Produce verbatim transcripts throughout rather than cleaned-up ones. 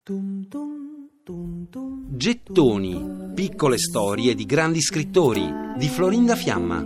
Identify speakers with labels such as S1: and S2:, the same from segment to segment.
S1: Gettoni, piccole storie di grandi scrittori di Florinda Fiamma.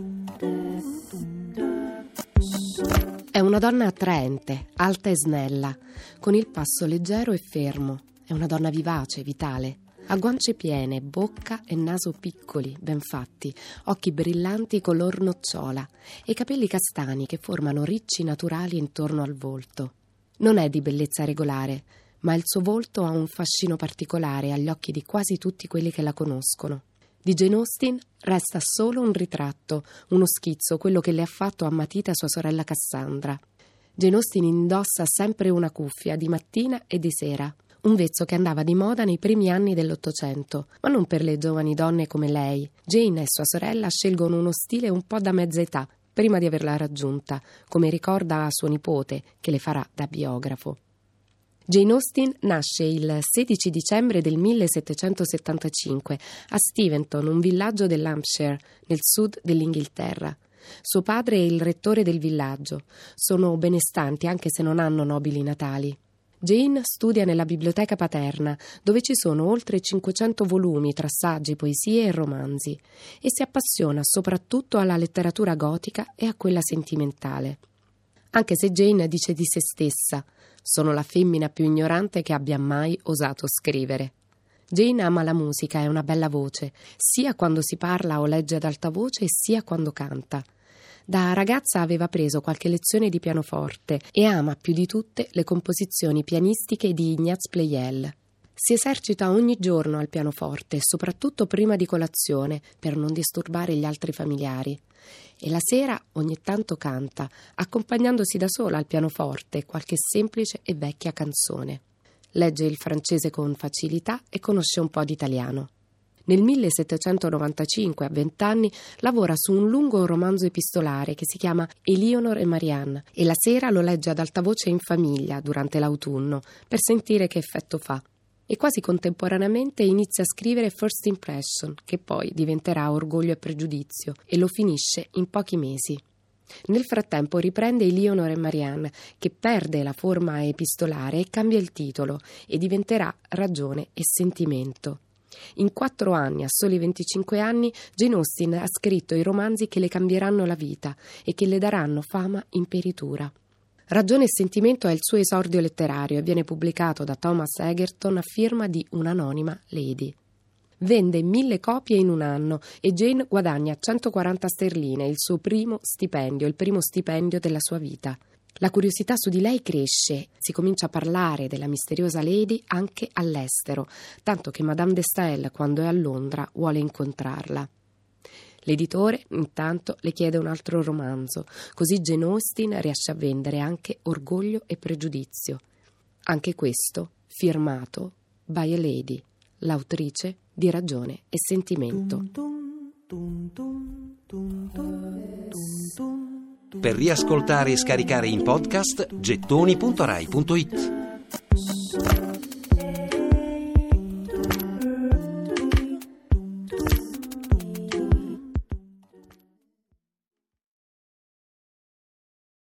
S2: È una donna attraente, alta e snella, con il passo leggero e fermo. È una donna vivace, vitale. Ha guance piene, bocca e naso piccoli, ben fatti, occhi brillanti color nocciola e capelli castani che formano ricci naturali intorno al volto. Non è di bellezza regolare, ma il suo volto ha un fascino particolare agli occhi di quasi tutti quelli che la conoscono. Di Jane Austen resta solo un ritratto, uno schizzo, quello che le ha fatto a matita sua sorella Cassandra. Jane Austen indossa sempre una cuffia di mattina e di sera, un vezzo che andava di moda nei primi anni dell'Ottocento, ma non per le giovani donne come lei. Jane e sua sorella scelgono uno stile un po' da mezza età, prima di averla raggiunta, come ricorda suo nipote, che le farà da biografo. Jane Austen nasce il sedici dicembre del millesettecentosettantacinque a Steventon, un villaggio dell'Hampshire, nel sud dell'Inghilterra. Suo padre è il rettore del villaggio. Sono benestanti anche se non hanno nobili natali. Jane studia nella biblioteca paterna, dove ci sono oltre cinquecento volumi tra saggi, poesie e romanzi, e si appassiona soprattutto alla letteratura gotica e a quella sentimentale. Anche se Jane dice di se stessa: sono la femmina più ignorante che abbia mai osato scrivere. Jane ama la musica e una bella voce, sia quando si parla o legge ad alta voce, sia quando canta. Da ragazza aveva preso qualche lezione di pianoforte e ama più di tutte le composizioni pianistiche di Ignaz Pleyel. Si esercita ogni giorno al pianoforte, soprattutto prima di colazione, per non disturbare gli altri familiari. E la sera ogni tanto canta, accompagnandosi da sola al pianoforte qualche semplice e vecchia canzone. Legge il francese con facilità e conosce un po' di italiano. Nel millesettecentonovantacinque, a vent'anni, lavora su un lungo romanzo epistolare che si chiama Eleanor e Marianne e la sera lo legge ad alta voce in famiglia durante l'autunno per sentire che effetto fa. E quasi contemporaneamente inizia a scrivere First Impression, che poi diventerà Orgoglio e Pregiudizio, e lo finisce in pochi mesi. Nel frattempo riprende Eleanor e Marianne, che perde la forma epistolare e cambia il titolo, e diventerà Ragione e Sentimento. In quattro anni, a soli venticinque anni, Jane Austen ha scritto i romanzi che le cambieranno la vita e che le daranno fama in peritura. Ragione e Sentimento è il suo esordio letterario e viene pubblicato da Thomas Egerton a firma di un'anonima lady. Vende mille copie in un anno e Jane guadagna centoquaranta sterline, il suo primo stipendio, il primo stipendio della sua vita. La curiosità su di lei cresce, si comincia a parlare della misteriosa lady anche all'estero, tanto che Madame de Staël, quando è a Londra, vuole incontrarla. L'editore, intanto, le chiede un altro romanzo, così Jane Austen riesce a vendere anche Orgoglio e Pregiudizio. Anche questo firmato by a lady, l'autrice di Ragione e Sentimento.
S1: Per riascoltare e scaricare in podcast gettoni punto rai punto it.